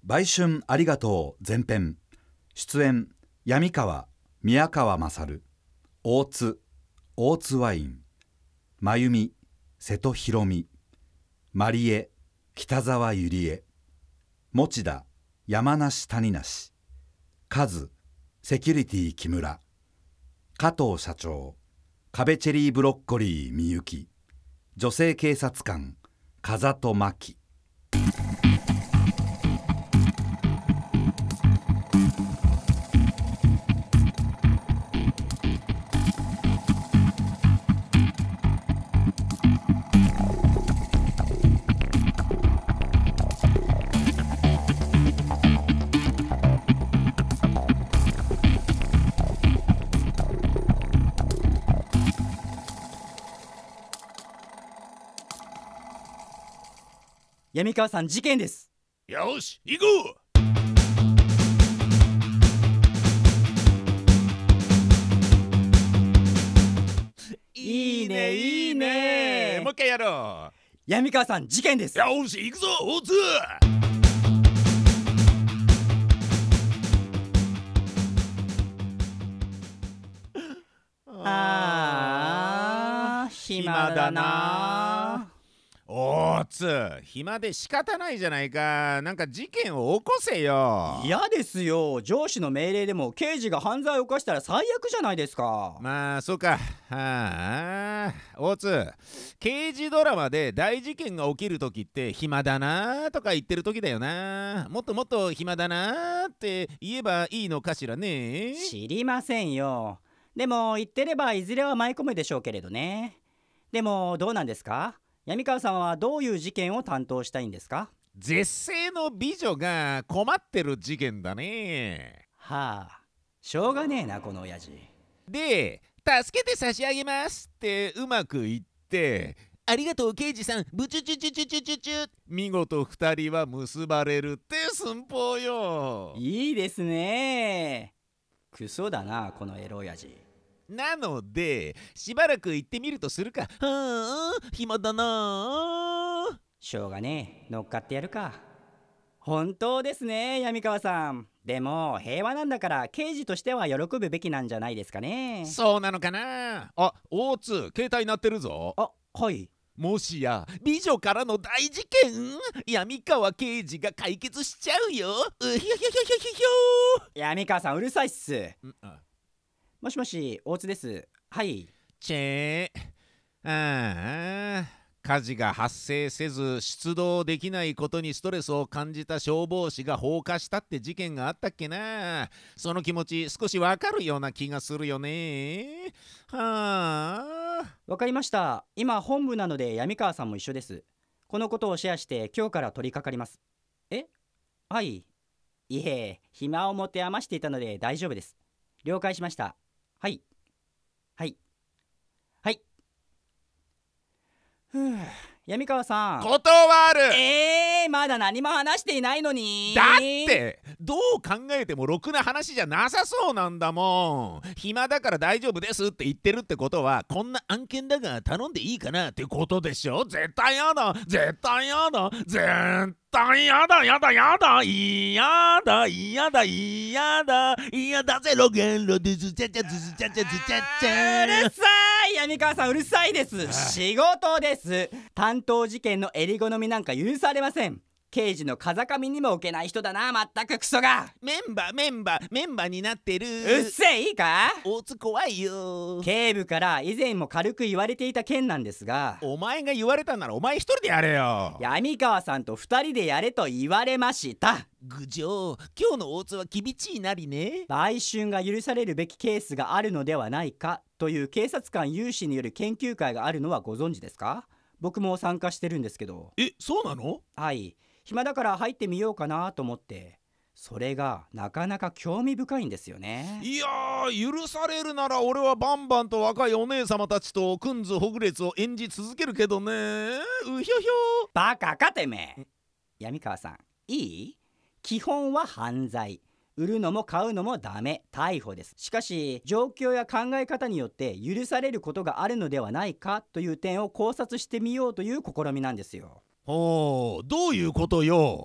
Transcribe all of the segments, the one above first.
売春ありがとう前編。出演闇川、宮川勝、大津ワイン、真由美、瀬戸弘美、マリエ、北沢ゆりえ、持田、山梨谷梨、カズ、セキュリティ木村、加藤社長、壁チェリーブロッコリーみゆき、女性警察官風戸真希。 闇川さん、事件です。 よし行こう。 いいねいいね。 もう一回やろう。 闇川さん、事件です。 よし行くぞ大津。 暇だな。 大津、暇で仕方ないじゃないか。なんか事件を起こせよ。 嫌ですよ。上司の命令でも刑事が犯罪を犯したら最悪じゃないですか。 まあそうか。大津、刑事ドラマで大事件が起きる時って暇だなとか言ってる時だよな。もっともっと暇だなって言えばいいのかしらね。 知りませんよ。でも言ってればいずれは舞い込むでしょうけれどね。でもどうなんですか？闇川さんはどういう事件を担当したいんですか？ 絶世の美女が困ってる事件だね。 はあ、しょうがねえなこの親父。 で、助けて差し上げますってうまくいって、ありがとう刑事さん、ブチュチュチュチュチュチュチュ、見事二人は結ばれるって寸法よ。 いいですね。クソだなこのエロ親父。 なのでしばらく行ってみるとするか。はあ、暇だな。 しょうがねえ、乗っかってやるか。本当ですね闇川さん。でも平和なんだから刑事としては喜ぶべきなんじゃないですかね。 そうなのかな。あ、大津、携帯鳴ってるぞ。 あ、はい。 もしや美女からの大事件、闇川刑事が解決しちゃうよ。うひょひょひょひょひょ。 闇川さんうるさいっす。もしもし、大津です。はい。 チェー。火事が発生せず出動できないことにストレスを感じた消防士が放火したって事件があったっけな。その気持ち少しわかるような気がするよね。はあ。 わかりました。今本部なので闇川さんも一緒です。このことをシェアして今日から取り掛かります。え？はい。いえ、暇を持て余していたので大丈夫です。了解しました。はい。はい。はい。闇川さん。 断る。 まだ何も話していないのに。 だってどう考えてもろくな話じゃなさそうなんだもん。暇だから大丈夫ですって言ってるってことは、こんな案件だが頼んでいいかなってことでしょ。絶対やだ絶対やだ絶対やだやだやだ嫌だ嫌だ嫌だ嫌だぜロゲンロディズチャチャズズチャチャズチャチャ。 うるさい闇川さんうるさいです。仕事です。担当事件の襟好みなんか許されません。刑事の風上にも置けない人だな。まったくクソが。 メンバーになってる。 うっせえいいか。 大津怖いよ。 警部から以前も軽く言われていた件なんですが。 お前が言われたならお前一人でやれよ。 闇川さんと二人でやれと言われました。 郡上、今日の大津は厳しいなりね。 売春が許されるべきケースがあるのではないかという警察官有志による研究会があるのはご存知ですか？僕も参加してるんですけど。 そうなの？ はい。暇だから入ってみようかなと思って。それがなかなか興味深いんですよね。 いやー、許されるなら俺はバンバンと若いお姉様たちとくんずほぐれつを演じ続けるけどね。うひょひょ。 バカかてめえ。闇川さんいい？基本は犯罪。売るのも買うのもダメ、逮捕です。しかし状況や考え方によって許されることがあるのではないかという点を考察してみようという試みなんですよ。 ほう、どういうことよ。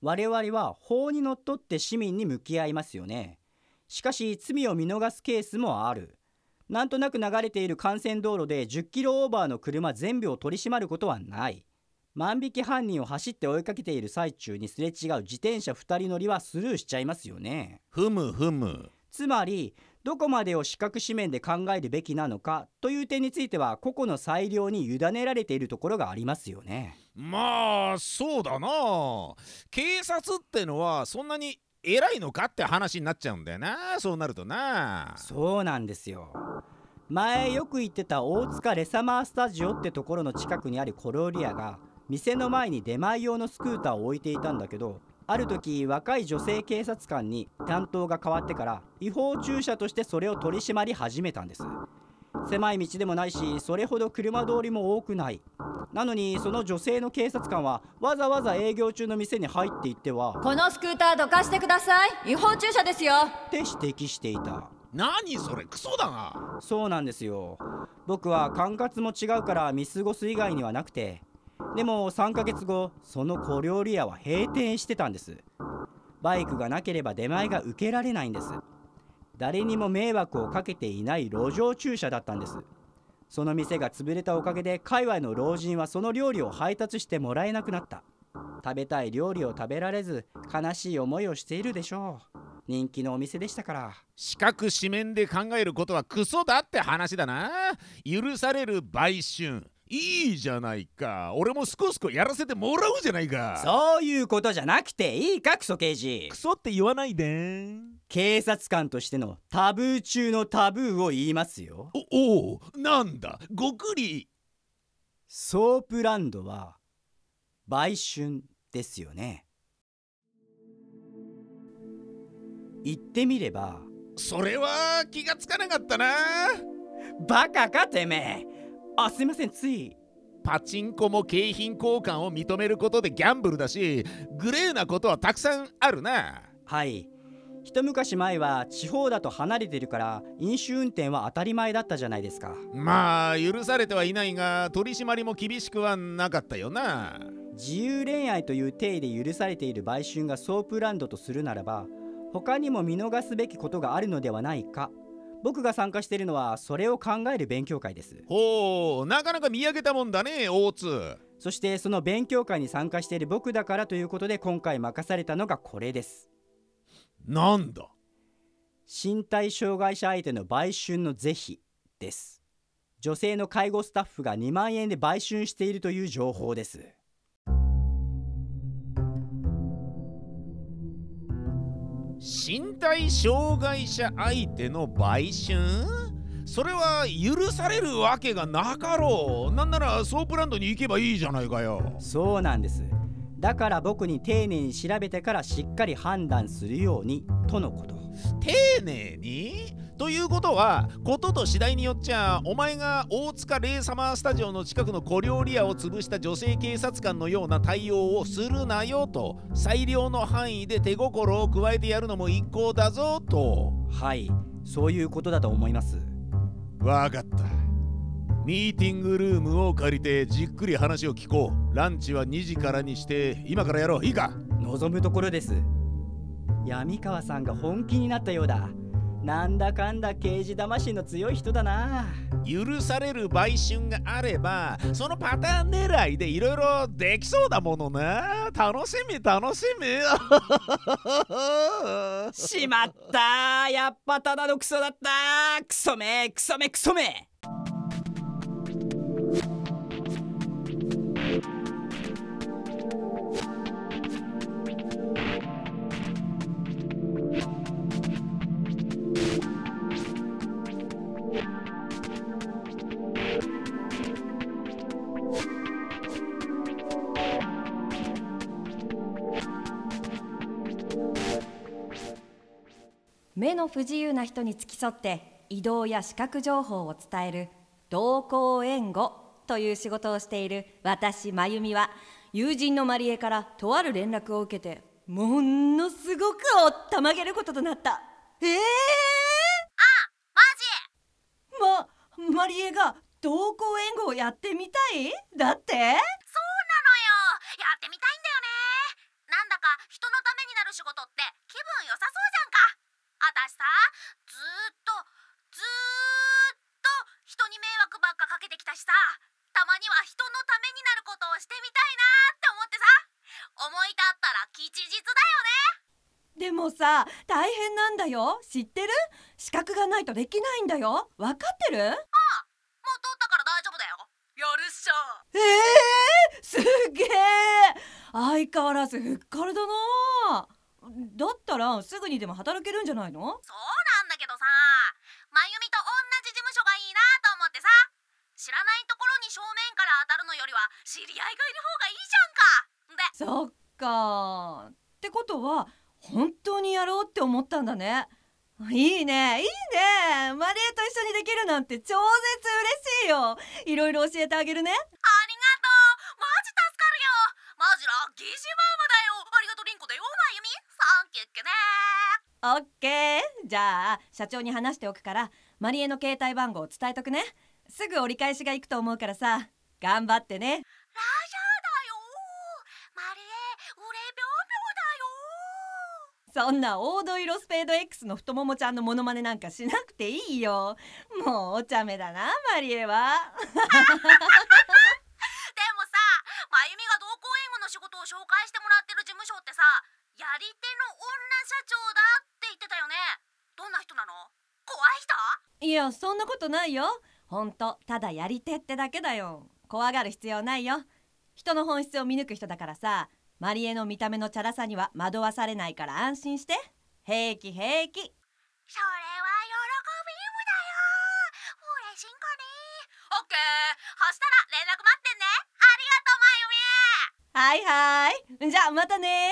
我々は法にのっとって市民に向き合いますよね。しかし罪を見逃すケースもある。なんとなく流れている幹線道路で10キロオーバーの車全部を取り締まることはない。万引き犯人を走って追いかけている最中にすれ違う自転車2人乗りはスルーしちゃいますよね。 ふむふむ。 つまりどこまでを視覚紙面で考えるべきなのかという点については個々の裁量に委ねられているところがありますよね。 まあそうだな。警察ってのはそんなに偉いのかって話になっちゃうんだよな、そうなるとな。 そうなんですよ。前よく行ってた大塚レサマースタジオってところの近くにある小料理屋が店の前に出前用のスクーターを置いていたんだけど、ある時若い女性警察官に担当が変わってから違法駐車としてそれを取り締まり始めたんです。狭い道でもないし、それほど車通りも多くない。なのにその女性の警察官はわざわざ営業中の店に入っていっては、 このスクーターどかしてください、違法駐車ですよって指摘していた。 何それ、クソだな。 そうなんですよ。僕は管轄も違うから見過ごす以外にはなくて、でも3ヶ月後その小料理屋は閉店してたんです。バイクがなければ出前が受けられないんです。誰にも迷惑をかけていない路上駐車だったんです。その店が潰れたおかげで界隈の老人はその料理を配達してもらえなくなった。食べたい料理を食べられず悲しい思いをしているでしょう。人気のお店でしたから。 視覚紙面で考えることはクソだって話だな。許される売春、いいじゃないか。俺もスコスコやらせてもらうじゃないか。 そういうことじゃなくていいか、クソ刑事。 クソって言わないで。 警察官としてのタブー中のタブーを言いますよ。 おお、なんだ、ごくり。 ソープランドは売春ですよね。言ってみれば。 それは気がつかなかったな。 バカかてめえ。あ、すいません、つい。 パチンコも景品交換を認めることでギャンブルだし、グレーなことはたくさんあるな。 はい。一昔前は地方だと離れてるから飲酒運転は当たり前だったじゃないですか。 まあ許されてはいないが、取り締まりも厳しくはなかったよな。 自由恋愛という体で許されている売春がソープランドとするならば、他にも見逃すべきことがあるのではないか。僕が参加しているのはそれを考える勉強会です。 ほう、なかなか見上げたもんだね、大津。 そしてその勉強会に参加している僕だからということで今回任されたのがこれです。 なんだ。 身体障害者相手の売春の是非です。女性の介護スタッフが2万円で売春しているという情報です。 身体障害者相手の売春？それは許されるわけがなかろう。なんならソープランドに行けばいいじゃないかよ。 そうなんです。だから僕に丁寧に調べてからしっかり判断するようにとのこと。 丁寧に？ということは、ことと次第によっちゃ、お前が大塚レイサマースタジオの近くの小料理屋を潰した女性警察官のような対応をするなよと、裁量の範囲で手心を加えてやるのも一向だぞと。 はい、そういうことだと思います。 わかった。ミーティングルームを借りてじっくり話を聞こう。ランチは2時からにして今からやろう。いいか？ 望むところです。闇川さんが本気になったようだ。なんだかんだ刑事魂の強い人だな。 許される売春があれば、そのパターン狙いでいろいろできそうだものな。楽しみ楽しみ。 しまった、やっぱただのクソだった。クソめクソめクソめ。 目の不自由な人に付き添って移動や視覚情報を伝える同行援護という仕事をしている私まゆみは、友人のまりえからとある連絡を受けてものすごくおったまげることとなった。まりえが同行援護をやってみたい？だって？ そうなのよ。やってみたいんだよね。なんだか一仕事って気分良さそうじゃんか。私さ、ずーっと人に迷惑ばっかかけてきたしさ、たまには人のためになることをしてみたいなって思ってさ、思い立ったら吉日だよね。 でもさ、大変なんだよ。知ってる？資格がないとできないんだよ。分かってる？ もう取ったから大丈夫だよ。やるっしょ。 すげえ。相変わらずふっかるだな。だったらすぐにでも働けるんじゃないの？ そうなんだけどさ、まゆみと同じ事務所がいいなと思ってさ、知らないところに正面から当たるのよりは知り合いがいる方がいいじゃんか。で、 そっか。ってことは本当にやろうって思ったんだね。いいね、いいね。マリエと一緒にできるなんて超絶嬉しいよ。いろいろ教えてあげるね。 ありがとう。マジ助かるよ。マジラッキーシマウマだよ。ありがとうリンコだよ、まゆみ。サンキュッキュね。 オッケー。じゃあ社長に話しておくからマリエの携帯番号を伝えとくね。すぐ折り返しが行くと思うからさ、頑張ってね。 ラジャーだよ。マリエ、俺ぴょんぴょんだよ。 そんなオードイロスペード X の太ももちゃんのモノマネなんかしなくていいよ。もうお茶目だな、マリエは。 でもさ、まゆみが同行援護の仕事を紹介してもらってる事務所ってさ、やり手の女社長だって言ってたよね。どんな人なの？怖い人？ いや、そんなことないよ。ほんと、ただやり手ってだけだよ。怖がる必要ないよ。人の本質を見抜く人だからさ、マリエの見た目のチャラさには惑わされないから安心して。平気平気。 それは喜びむだよ。嬉しいんかね。オッケー。そしたら連絡待ってね。ありがとう、まゆみ。 はいはい。じゃあまたね。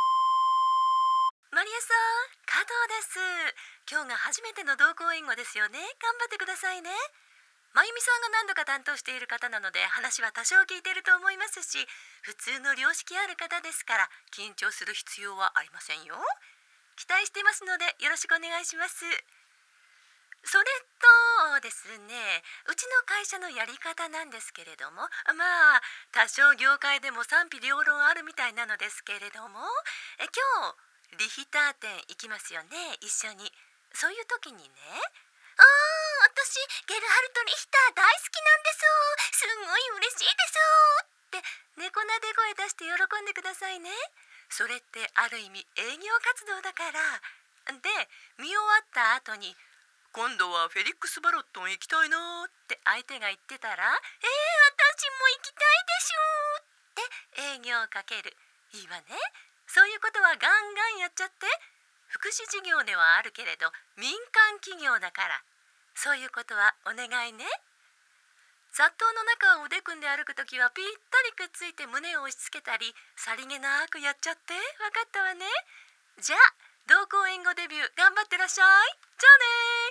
マリエさん、加藤です。今日が初めての同行援護ですよね。頑張ってくださいね。まゆみさんが何度か担当している方なので話は多少聞いていると思いますし、普通の良識ある方ですから緊張する必要はありませんよ。期待していますのでよろしくお願いします。それとですね、うちの会社のやり方なんですけれども、まあ多少業界でも賛否両論あるみたいなのですけれども、今日リヒター店行きますよね、一緒に。そういう時にね、私ゲルハルト・リヒター大好きなんです。すんごい嬉しいですって猫なで声出して喜んでくださいね。それってある意味営業活動だから。で、見終わった後に今度はフェリックス・バロットン行きたいなって相手が言ってたら、私も行きたいでしょって営業をかける。いいわね。そういうことはガンガンやっちゃって。福祉事業ではあるけれど民間企業だから、そういうことはお願いね。雑踏の中を腕組んで歩くときはぴったりくっついて胸を押し付けたり、さりげなくやっちゃって。わかったわね。じゃあ同行援護デビュー頑張ってらっしゃい。じゃあね。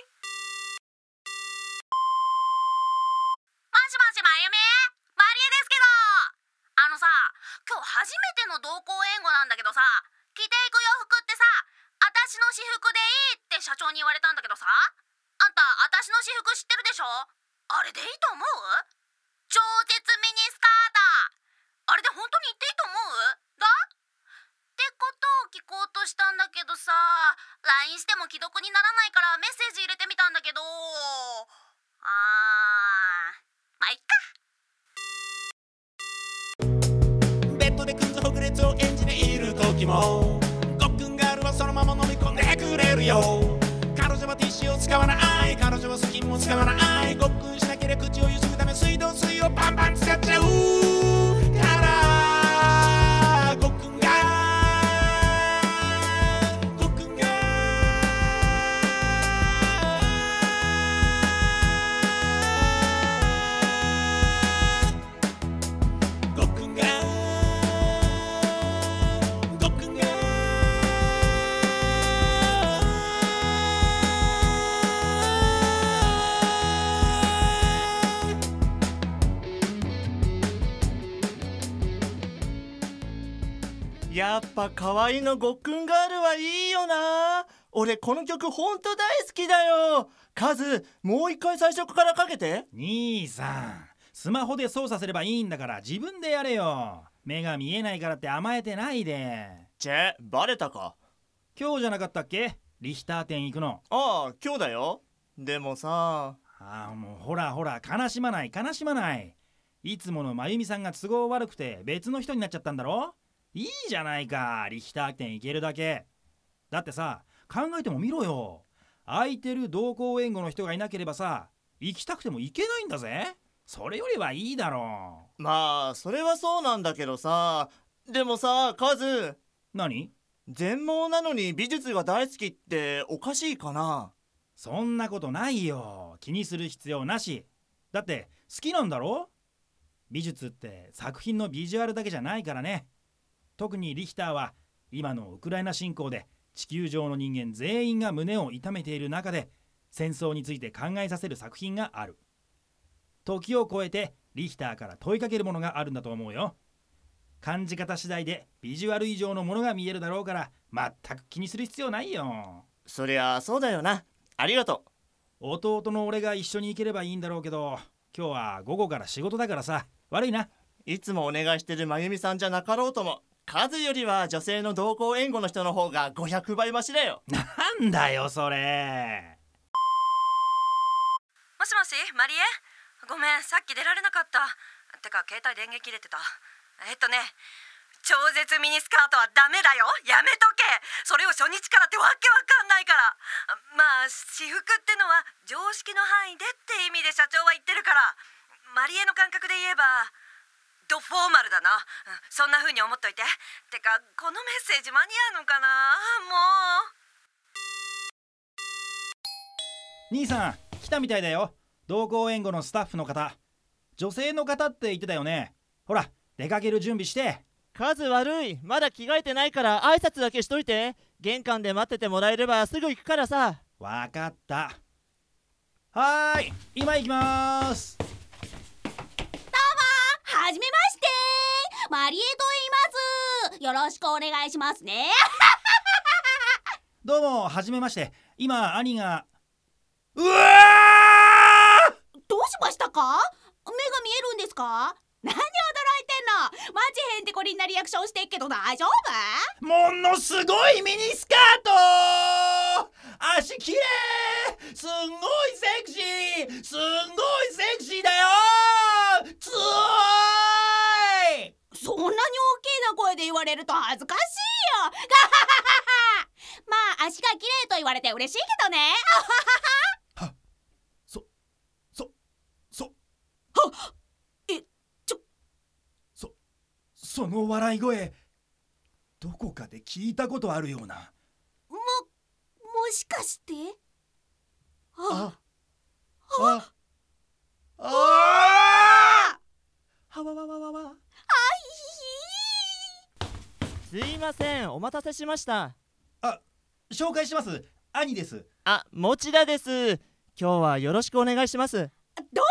もしもし、まゆみ。マリエですけど。今日初めての同行援護なんだけどさ、着ていく洋服ってさ、私の私服でいいって社長に言われたんだけどさ、あんた私の私服知ってるでしょ？あれでいいと思う？超絶ミニスカート。あれで本当に言っていいと思う？だ？ってことを聞こうとしたんだけどさ、 LINE しても既読にならないからメッセージ入れてみたんだけど、まあいっか。 ベッドでクズほぐれつを演じている時もごっくんガールはそのまま飲み込んでくれるよ。彼女はティッシュを使わない、彼女はスキンも使わない。ごっくんしなければ口をゆすぐため水道水をバンバン使っちゃうからごっくんがごっくんがごっくんがごっくんがやっぱ可愛いのごっくんガールはいいよな。俺この曲ほんと大好きだよ。カズ、もう一回最初からかけて。 兄さん、スマホで操作すればいいんだから自分でやれよ。目が見えないからって甘えてないで。 バレたか。 今日じゃなかったっけ、リヒター店行くの。 ああ、今日だよ。でもさ。 もうほらほら、悲しまない悲しまない。いつものまゆみさんが都合悪くて別の人になっちゃったんだろ。いいじゃないか、リヒター店行けるだけ。だってさ、考えてもみろよ。空いてる同行援護の人がいなければさ、行きたくても行けないんだぜ。それよりはいいだろう。まあそれはそうなんだけどさ。でもさ、カズ。 何？ 全盲なのに美術が大好きっておかしいかな。 そんなことないよ。気にする必要なし。だって好きなんだろ。美術って作品のビジュアルだけじゃないからね。特にリヒターは今のウクライナ侵攻で地球上の人間全員が胸を痛めている中で戦争について考えさせる作品がある。時を超えてリヒターから問いかけるものがあるんだと思うよ。感じ方次第でビジュアル以上のものが見えるだろうから、全く気にする必要ないよ。 そりゃそうだよな。ありがとう。弟の俺が一緒に行ければいいんだろうけど、今日は午後から仕事だからさ、悪いな。 いつもお願いしてるまゆみさんじゃなかろうとも、カズよりは女性の同行援護の人の方が500倍マシだよ。 なんだよそれ。 もしもし、マリエ？ごめん、さっき出られなかった。てか携帯電源切れてた。超絶ミニスカートはダメだよ。やめとけ。それを初日からってわけわかんないから。まあ私服ってのは常識の範囲でって意味で社長は言ってるから、マリエの感覚で言えばドフォーマルだな。そんな風に思っといて。てかこのメッセージ間に合うのかな。もう兄さん来たみたいだよ。同行援護のスタッフの方。女性の方って言ってたよね。ほら出かける準備して。 カズ悪い、まだ着替えてないから挨拶だけしといて。玄関で待っててもらえればすぐ行くからさ。 わかった。はーい、今行きまーす。 どうもはじめまして、マリエと言います。よろしくお願いしますね。 どうもはじめまして。今兄がどうしましたか？目が見えるんですか？何驚いてんの？マジへんてこりんなリアクションしてっけど大丈夫？ ものすごいミニスカート！足きれい！すんごいセクシー！すんごいセクシーだよ！つおーい！ そんなに大きな声で言われると恥ずかしいよ。まあ足がきれいと言われて嬉しいけどね。 その笑い声、どこかで聞いたことあるような。 もしかして？ はわわわわわ。すいません、お待たせしました。 紹介します。兄です。 持田です。今日はよろしくお願いします。 どうもマリエって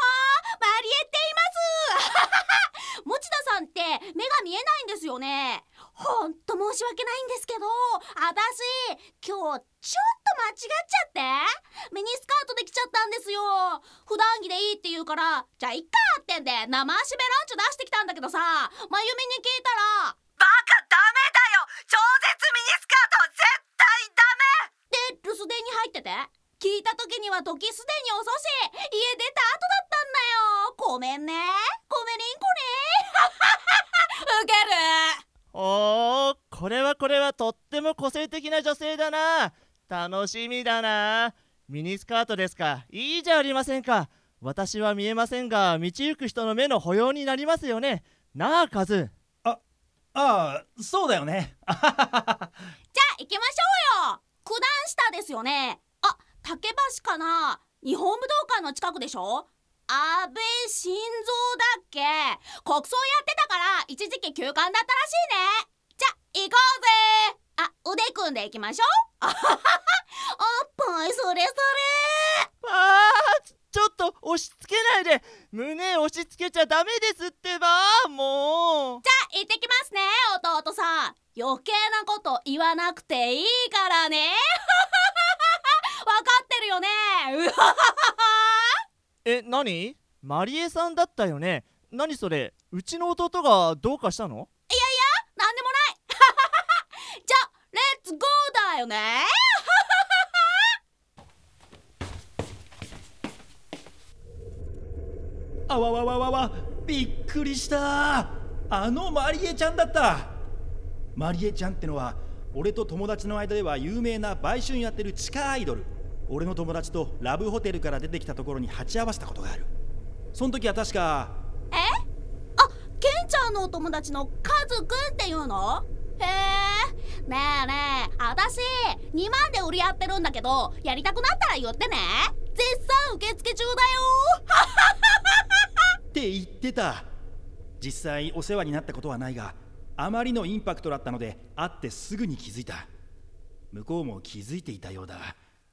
言います。持田さんって目が見えないんですよね。ほんと申し訳ないんですけど、私今日ちょっと間違っちゃってミニスカートで来ちゃったんですよ。普段着でいいって言うから、じゃあいっかってんで生足ベランチョ出してきたんだけどさ、まゆみに聞いたらバカダメだよ。超絶ミニスカートは絶対ダメって留守電に入ってて、聞いた時には時すでに遅し、家出た後だったんだよ。ごめんね、ごめんりんこね。ウケる。 これはとっても個性的な女性だな。楽しみだな。ミニスカートですか。いいじゃありませんか。私は見えませんが、道行く人の目の保養になりますよね。なあカズ。 そうだよね。 じゃあ行きましょうよ。九段下ですよね。竹橋かな。日本武道館の近くでしょ。安倍晋三だっけ。国葬やってたから一時期休館だったらしいね。じゃあ行こうぜ。腕組んでいきましょう。おっぱいそれそれ。 ちょっと押し付けないで。胸押し付けちゃダメですってば。もうじゃあ行ってきますね、弟さん。余計なこと言わなくていいからね。わかってるよね。 何？マリエさんだったよね。何それ、うちの弟がどうかしたの？ いやなんでもない。じゃあレッツゴーだだよね。 あわわわわわ、びっくりした。あのマリエちゃんだった。マリエちゃんってのは俺と友達の間では有名な売春やってる地下アイドル。俺の友達とラブホテルから出てきたところに鉢合わせたことがある。その時は確か。 え？あ、ケンちゃんのお友達のカズくんっていうの？へえ。ねえねえ、あたし2万で売り合ってるんだけど、やりたくなったら言ってね。絶賛受付中だよ。 って言ってた。実際お世話になったことはないが、あまりのインパクトだったので会ってすぐに気づいた。向こうも気づいていたようだ。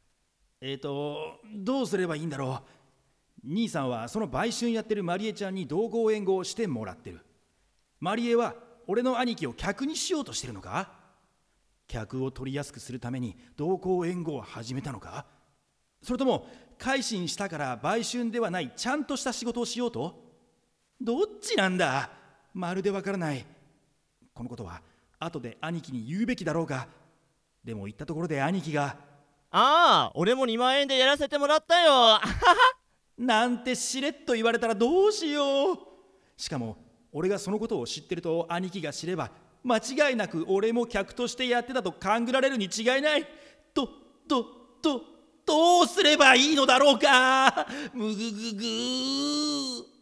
どうすればいいんだろう。兄さんはその売春やってるマリエちゃんに同行援護してもらってる。マリエは俺の兄貴を客にしようとしてるのか？客を取りやすくするために同行援護を始めたのか？それとも改心したから売春ではないちゃんとした仕事をしようと？どっちなんだ？まるでわからない。このことは後で兄貴に言うべきだろうか。でも言ったところで兄貴が、 ああ、俺も2万円でやらせてもらったよ。 なんてしれっと言われたらどうしよう。しかも俺がそのことを知ってると兄貴が知れば、間違いなく俺も客としてやってたと勘ぐられるに違いない。どうすればいいのだろうか。むぐぐぐー。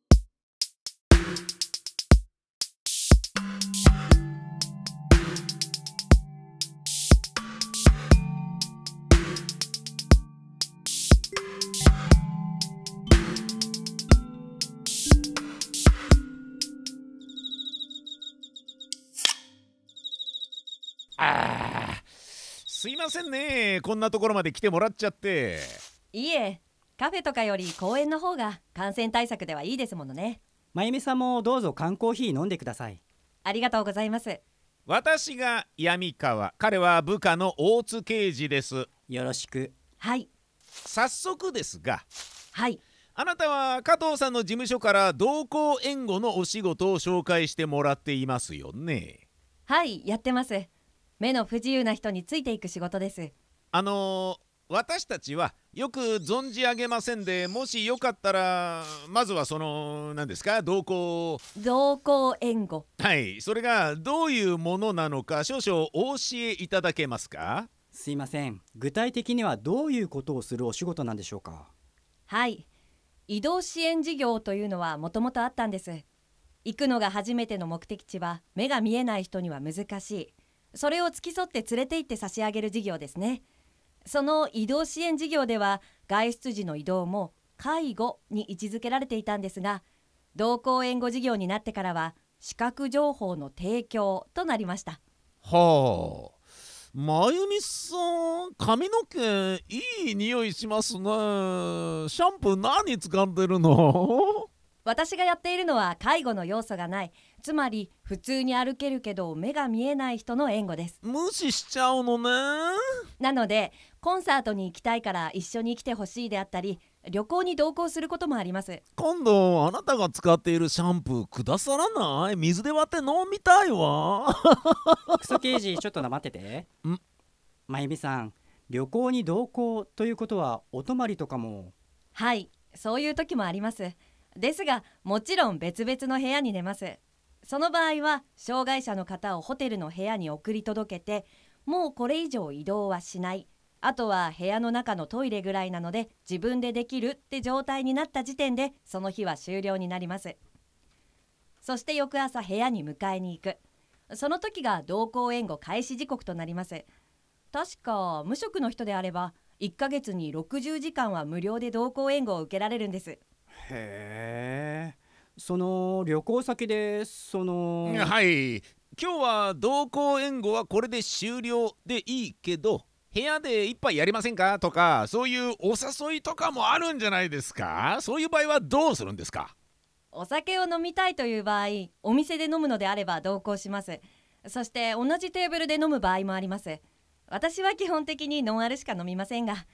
すいませんね、こんなところまで来てもらっちゃって。 いえ、カフェとかより公園の方が感染対策ではいいですものね。 まゆみさんもどうぞ缶コーヒー飲んでください。 ありがとうございます。 私が闇川、彼は部下の大津刑事です。 よろしく。 はい。 早速ですが、 はい。 あなたは加藤さんの事務所から同行援護のお仕事を紹介してもらっていますよね。 はい、やってます。目の不自由な人についていく仕事です。 私たちはよく存じ上げませんで、もしよかったらまずは何ですか、同行援護。 はい、それがどういうものなのか少々お教えいただけますか？ すいません、具体的にはどういうことをするお仕事なんでしょうか？ はい、移動支援事業というのはもともとあったんです。行くのが初めての目的地は目が見えない人には難しい。それを付き添って連れて行って差し上げる事業ですね。その移動支援事業では外出時の移動も介護に位置づけられていたんですが、同行援護事業になってからは視覚情報の提供となりました。 はあ、まゆみさん、髪の毛いい匂いしますね。シャンプー何使ってるの？ 私がやっているのは介護の要素がない、つまり普通に歩けるけど目が見えない人の援護です。 無視しちゃうのね。 なのでコンサートに行きたいから一緒に来てほしいであったり、旅行に同行することもあります。 今度あなたが使っているシャンプーくださらない？水で割って飲みたいわ。 クソ刑事、ちょっと黙ってて。まゆみさん、旅行に同行ということはお泊まりとかも？ はい、そういう時もあります。ですがもちろん別々の部屋に寝ます。その場合は障害者の方をホテルの部屋に送り届けて、もうこれ以上移動はしない、あとは部屋の中のトイレぐらいなので自分でできるって状態になった時点でその日は終了になります。そして翌朝部屋に迎えに行く。その時が同行援護開始時刻となります。確か無職の人であれば1ヶ月に60時間は無料で同行援護を受けられるんです。 へえ。その旅行先ではい、今日は同行援護はこれで終了でいいけど、部屋で一杯やりませんかとか、そういうお誘いとかもあるんじゃないですか？そういう場合はどうするんですか？ お酒を飲みたいという場合、お店で飲むのであれば同行します。そして同じテーブルで飲む場合もあります。私は基本的にノンアルしか飲みませんが、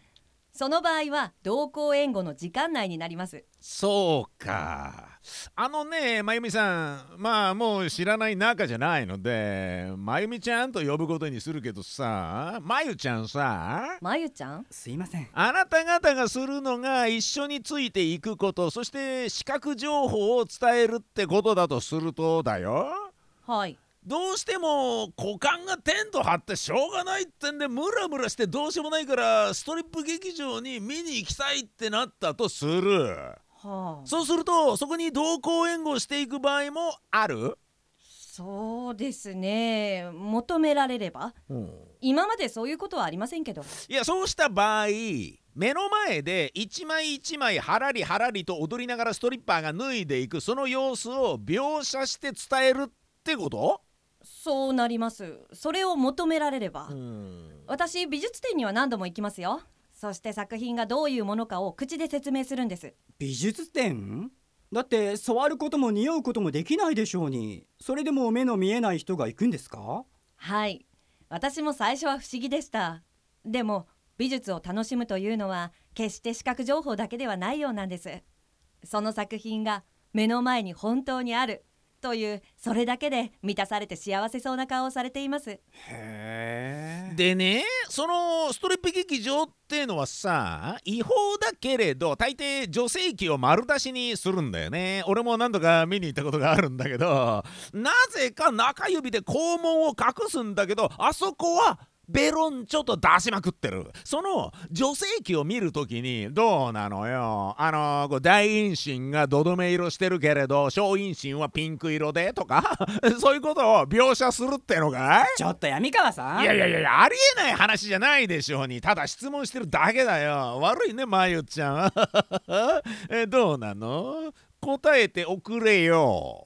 その場合は同行援護の時間内になります。 そうか。まゆみさん、まあもう知らない仲じゃないのでまゆみちゃんと呼ぶことにするけどさ、まゆちゃんさ、 まゆちゃん、 すいません。 あなた方がするのが一緒についていくこと、そして視覚情報を伝えるってことだとするとだよ、 はい。 どうしても股間がテント張ってしょうがないってんでムラムラしてどうしようもないからストリップ劇場に見に行きたいってなったとする。 はあ、 そうするとそこに同行援護していく場合もある？ そうですね、求められれば。今までそういうことはありませんけど。 いや、そうした場合目の前で一枚一枚ハラリハラリと踊りながらストリッパーが脱いでいくその様子を描写して伝えるってこと？ そうなります。それを求められれば。私美術展には何度も行きますよ。そして作品がどういうものかを口で説明するんです。 美術展？だって触ることも匂うこともできないでしょうに。それでも目の見えない人が行くんですか？ はい、私も最初は不思議でした。でも美術を楽しむというのは決して視覚情報だけではないようなんです。その作品が目の前に本当にあるというそれだけで満たされて幸せそうな顔をされています。 へえ。 でね、そのストリップ劇場っていうのはさ、違法だけれど大抵女性器を丸出しにするんだよね。俺も何度か見に行ったことがあるんだけど、なぜか中指で肛門を隠すんだけど、あそこはベロンチョと出しまくってる。その女性器を見るときにどうなのよ、こう大陰唇がどどめ色してるけれど小陰唇はピンク色でとかそういうことを描写するってのかい？ ちょっと闇川さん。 いやありえない話じゃないでしょうに。ただ質問してるだけだよ。悪いねまゆちゃんどうなの？答えておくれよ。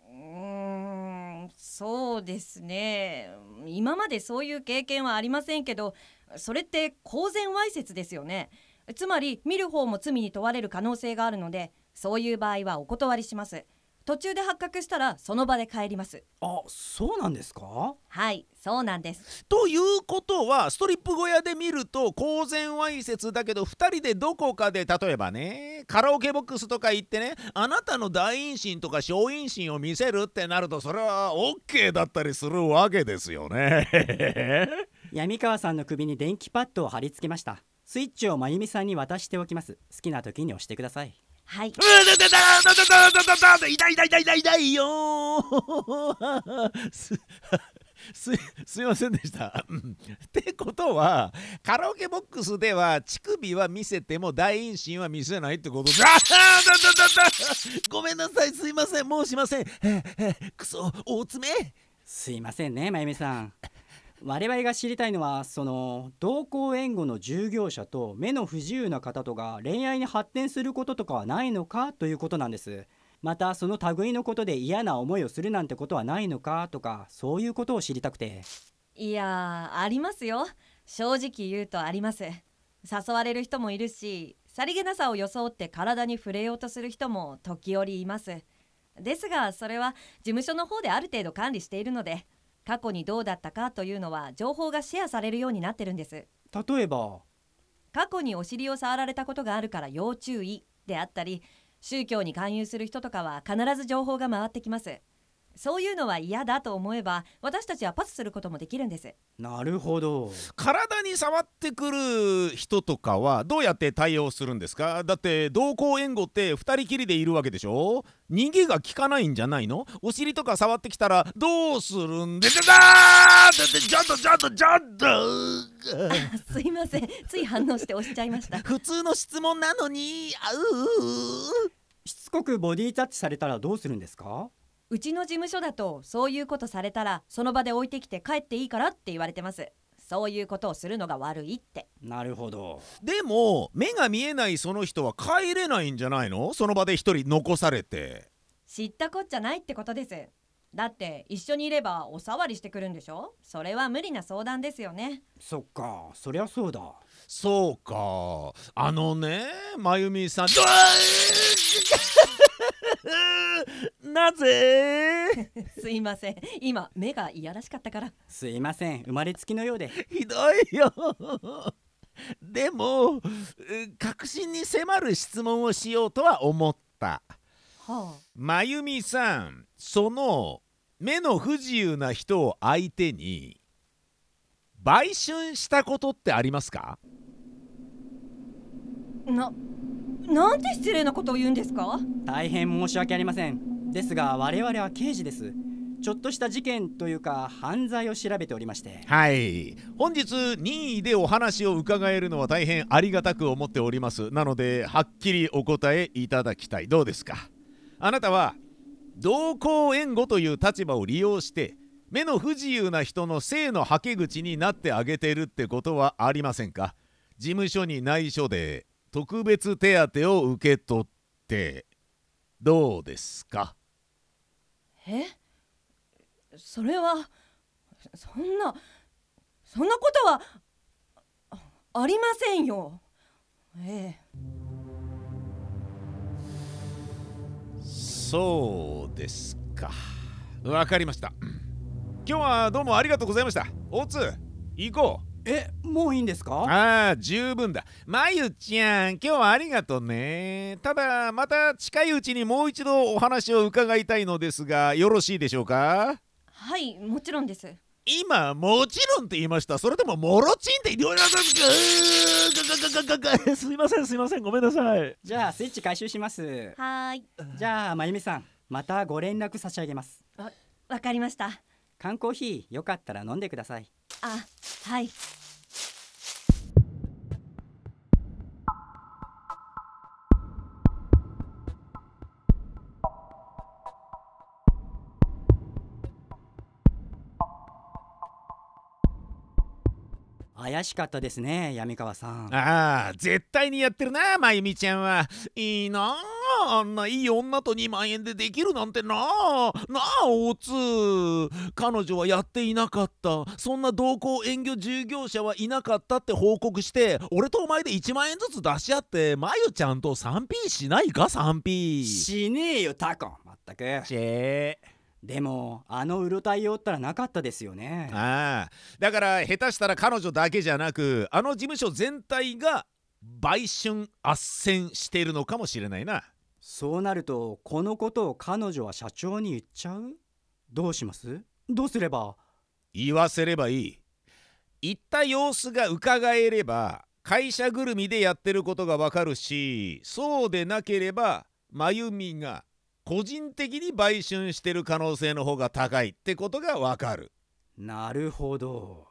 そうですね、今までそういう経験はありませんけど、それって公然わいせつですよね。つまり見る方も罪に問われる可能性があるので、そういう場合はお断りします。途中で発覚したらその場で帰ります。 あ、そうなんですか？ はい、そうなんです。 ということはストリップ小屋で見ると公然わいせつだけど2人でどこかで例えばねカラオケボックスとか行ってね、あなたの大陰唇とか小陰唇を見せるってなるとそれは OK だったりするわけですよね闇川さんの首に電気パッドを貼り付けました。スイッチをまゆみさんに渡しておきます。好きな時に押してください。 はい。 痛いよすいませんでしたってことはカラオケボックスでは乳首は見せても大陰唇は見せないってことだ。ごめんなさい、すいません、もうしません。くそ大爪。 すいませんねまゆみさん。我々が知りたいのはその同行援護の従業者と目の不自由な方とが恋愛に発展することとかはないのかということなんです。またその類のことで嫌な思いをするなんてことはないのかとか、そういうことを知りたくて。 いやありますよ。正直言うとあります。誘われる人もいるし、さりげなさを装って体に触れようとする人も時折います。ですがそれは事務所の方である程度管理しているので、過去にどうだったかというのは情報がシェアされるようになってるんです。 例えば過去にお尻を触られたことがあるから要注意であったり、宗教に勧誘する人とかは必ず情報が回ってきます。そういうのは嫌だと思えば私たちはパスすることもできるんです。 なるほど。 体に触ってくる人とかはどうやって対応するんですか？だって同行援護って2人きりでいるわけでしょ。逃げが効かないんじゃないの？お尻とか触ってきたらどうするんでちょっとすいません、つい反応して押しちゃいました。 普通の質問なのにしつこくボディタッチされたらどうするんですか？ うちの事務所だとそういうことされたらその場で置いてきて帰っていいからって言われてます。そういうことをするのが悪いって。 なるほど。 でも目が見えないその人は帰れないんじゃないの？その場で一人残されて。 知ったこっちゃないってことです。だって一緒にいればお触りしてくるんでしょ。それは無理な相談ですよね。 そっか、そりゃそうだ。 そうか、まゆみさんなぜすいません、今目がいやらしかったから。 すいません、生まれつきのようで。 ひどいよでも確信に迫る質問をしようとは思った。まゆみさん、その目の不自由な人を相手に売春したことってありますか？ なんて失礼なことを言うんですか？ 大変申し訳ありません。ですが我々は刑事です。ちょっとした事件というか犯罪を調べておりまして。 はい、本日任意でお話を伺えるのは大変ありがたく思っております。なのではっきりお答えいただきたい。どうですか？あなたは同行援護という立場を利用して目の不自由な人の性のはけ口になってあげてるってことはありませんか？事務所に内緒で特別手当を受け取ってどうですか？ それはそんなことはありませんよ。 そうですか。わかりました。今日はどうもありがとうございました。大津、行こう。 もういいんですか？ ああ、十分だ。まゆちゃん、今日はありがとうね。ただまた近いうちにもう一度お話を伺いたいのですが、よろしいでしょうか？ はい、もちろんです。 今もちろんって言いました。それとももろちんって言いました？ すいません、ごめんなさい。 じゃあスイッチ回収します。 はい。 じゃあまゆみさん、またご連絡差し上げます。 わかりました。 缶コーヒーよかったら飲んでください。 はい。 怪しかったですね、闇川さん。 ああ、絶対にやってるな、まゆみちゃんは。いいなあ、あんないい女と2万円でできるなんてなあ。なあ、大津。彼女はやっていなかった。そんな同行援護従業者はいなかったって報告して、俺とお前で1万円ずつ出し合って、まゆちゃんと 3P しないか？ 3P。 しねえよ、タコ。まったく。でもあのうろたいを追ったらなかったですよね。 ああ、だから下手したら彼女だけじゃなく、あの事務所全体が売春斡旋しているのかもしれないな。 そうなるとこのことを彼女は社長に言っちゃう？どうします？どうすれば？ 言わせればいい。言った様子が伺えれば会社ぐるみでやってることがわかるし、そうでなければまゆみが個人的に売春してる可能性の方が高いってことがわかる。 なるほど。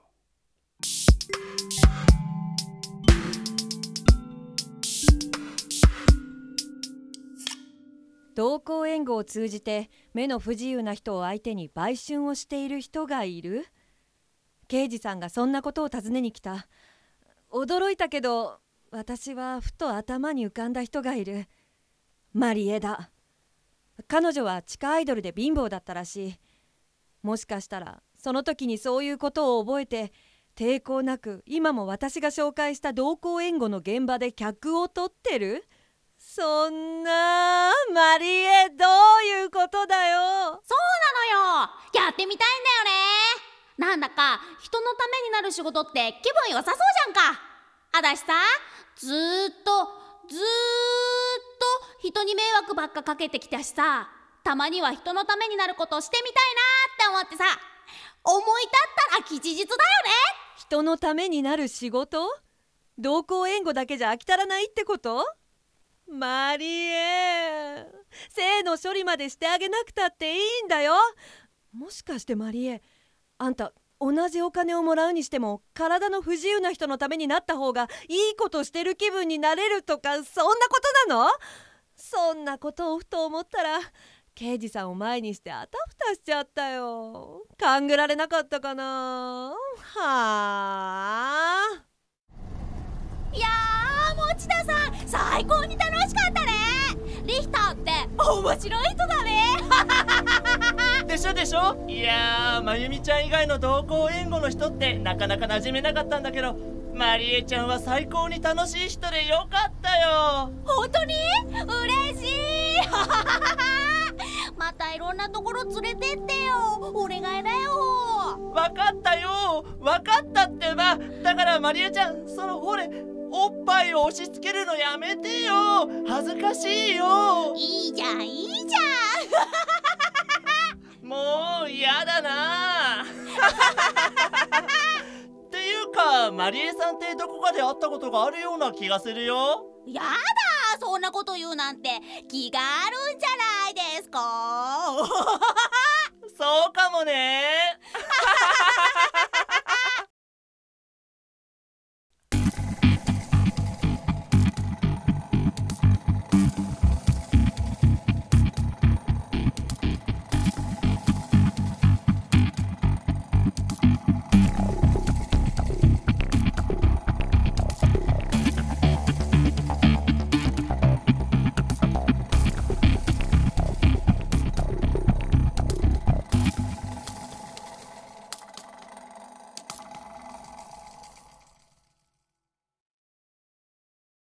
同行援護を通じて目の不自由な人を相手に売春をしている人がいる。刑事さんがそんなことを尋ねに来た。驚いたけど私はふと頭に浮かんだ人がいる。マリエだ。彼女は地下アイドルで貧乏だったらしい。もしかしたらその時にそういうことを覚えて抵抗なく今も私が紹介した同行援護の現場で客を取ってる。そんなマリエ、どういうことだよ。 そうなのよ、やってみたいんだよね。なんだか人のためになる仕事って気分良さそうじゃんか。あだしさ、ずーっと人に迷惑ばっかかけてきたしさ、たまには人のためになることをしてみたいなって思ってさ、思い立ったら吉日だよね。 人のためになる仕事？同行援護だけじゃ飽き足らないってこと？マリエ、性の処理までしてあげなくたっていいんだよ。もしかしてマリエ、あんた同じお金をもらうにしても体の不自由な人のためになった方がいいことしてる気分になれるとか、そんなことなの？そんなことをふと思ったら刑事さんを前にしてあたふたしちゃったよ。勘ぐられなかったかな。はあ。 いやー、持田さん最高に楽しかったね。リヒターって面白い人だね。 でしょ。いやー、まゆみちゃん以外の同行援護の人ってなかなか馴染めなかったんだけど、マリエちゃんは最高に楽しい人でよかったよ。 本当に嬉しい。またいろんなところ連れてってよ、お願いだよ。 わかったよ、わかったってば。だからマリエちゃん、ほれおっぱいを押し付けるのやめてよ。恥ずかしいよ。 いいじゃんいいじもう嫌だなっていうか、マリエさんってどこかで会ったことがあるような気がするよ。 ゃん。やだ、そんなこと言うなんて気があるんじゃないですか。 そうかもね。